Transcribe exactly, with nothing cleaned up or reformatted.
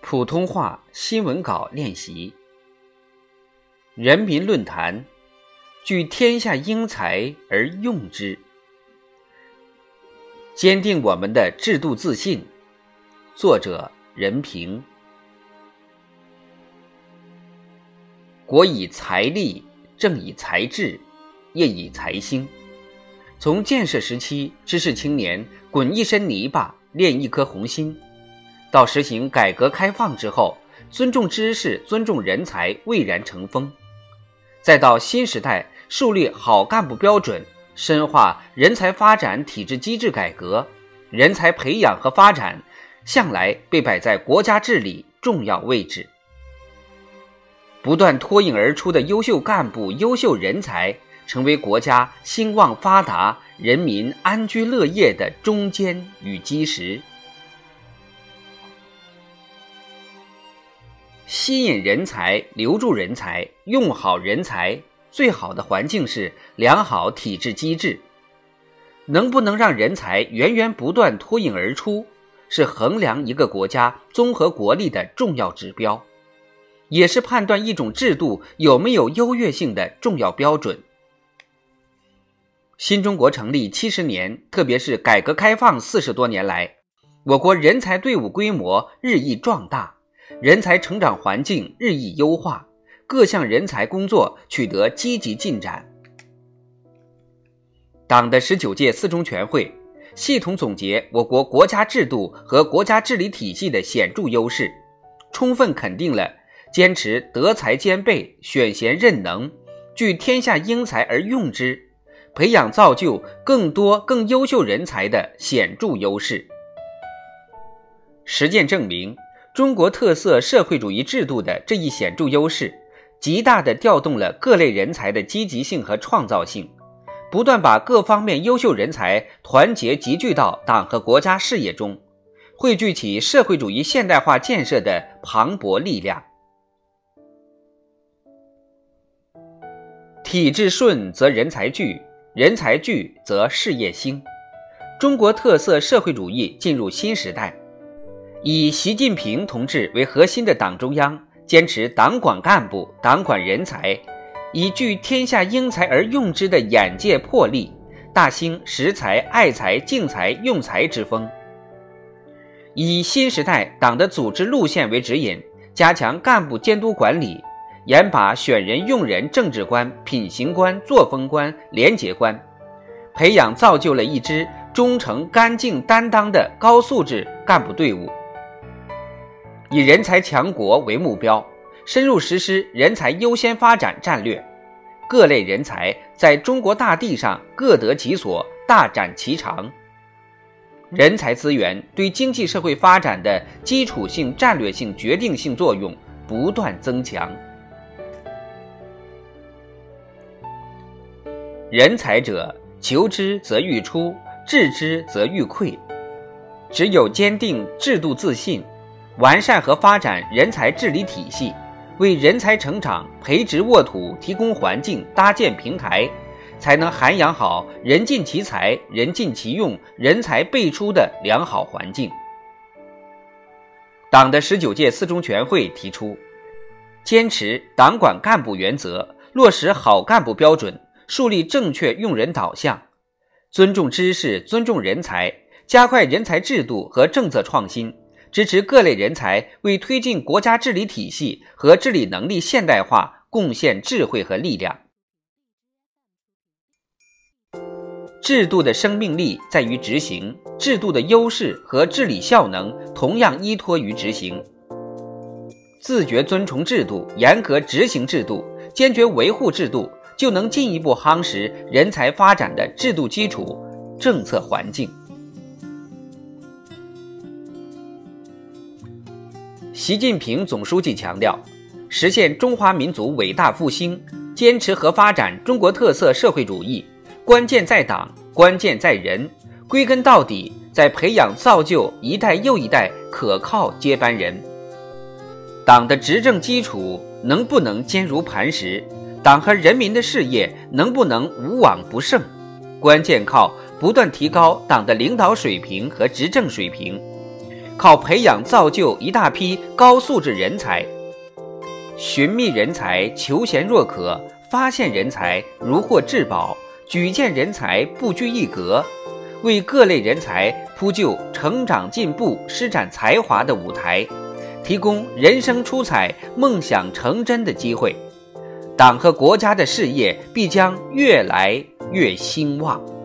普通话新闻稿练习。人民论坛，聚天下英才而用之，坚定我们的制度自信。作者任平。国以财力，政以财治，业以财兴。从建设时期，知识青年滚一身泥巴，练一颗红心，到实行改革开放之后，尊重知识、尊重人才蔚然成风，再到新时代树立好干部标准，深化人才发展体制机制改革，人才培养和发展向来被摆在国家治理重要位置。不断脱颖而出的优秀干部、优秀人才，成为国家兴旺发达、人民安居乐业的中坚与基石。吸引人才、留住人才、用好人才，最好的环境是良好体制机制。能不能让人才源源不断脱颖而出，是衡量一个国家综合国力的重要指标，也是判断一种制度有没有优越性的重要标准。新中国成立七十年，特别是改革开放四十多年来，我国人才队伍规模日益壮大，人才成长环境日益优化，各项人才工作取得积极进展。党的十九届四中全会系统总结我国国家制度和国家治理体系的显著优势，充分肯定了坚持德才兼备、选贤任能、聚天下英才而用之，培养造就更多更优秀人才的显著优势。实践证明，中国特色社会主义制度的这一显著优势，极大地调动了各类人才的积极性和创造性，不断把各方面优秀人才团结集聚到党和国家事业中，汇聚起社会主义现代化建设的磅礴力量。体制顺则人才聚，人才聚则事业兴。中国特色社会主义进入新时代，以习近平同志为核心的党中央坚持党管干部、党管人才，以聚天下英才而用之的眼界魄力，大兴识才、爱才、敬才、用才之风。以新时代党的组织路线为指引，加强干部监督管理，严把选人用人政治观、品行观、作风观、廉洁观，培养造就了一支忠诚、干净、担当的高素质干部队伍。以人才强国为目标，深入实施人才优先发展战略，各类人才在中国大地上各得其所，大展其长。人才资源对经济社会发展的基础性、战略性、决定性作用不断增强。人才者，求之则愈出，治之则愈溃。只有坚定制度自信，完善和发展人才治理体系，为人才成长培植沃土提供环境、搭建平台，才能涵养好人尽其才、人尽其用、人才辈出的良好环境。党的十九届四中全会提出，坚持党管干部原则，落实好干部标准，树立正确用人导向，尊重知识、尊重人才，加快人才制度和政策创新，支持各类人才为推进国家治理体系和治理能力现代化贡献智慧和力量。制度的生命力在于执行，制度的优势和治理效能同样依托于执行。自觉遵从制度，严格执行制度，坚决维护制度，就能进一步夯实人才发展的制度基础、政策环境。习近平总书记强调，实现中华民族伟大复兴，坚持和发展中国特色社会主义，关键在党，关键在人，归根到底在培养造就一代又一代可靠接班人。党的执政基础能不能坚如磐石，党和人民的事业能不能无往不胜，关键靠不断提高党的领导水平和执政水平， 靠培养造就一大批高素质人才。寻觅人才，求贤若渴，发现人才如获至宝，举荐人才不拘一格，为各类人才铺就成长进步、施展才华的舞台，提供人生出彩、梦想成真的机会，党和国家的事业必将越来越兴旺。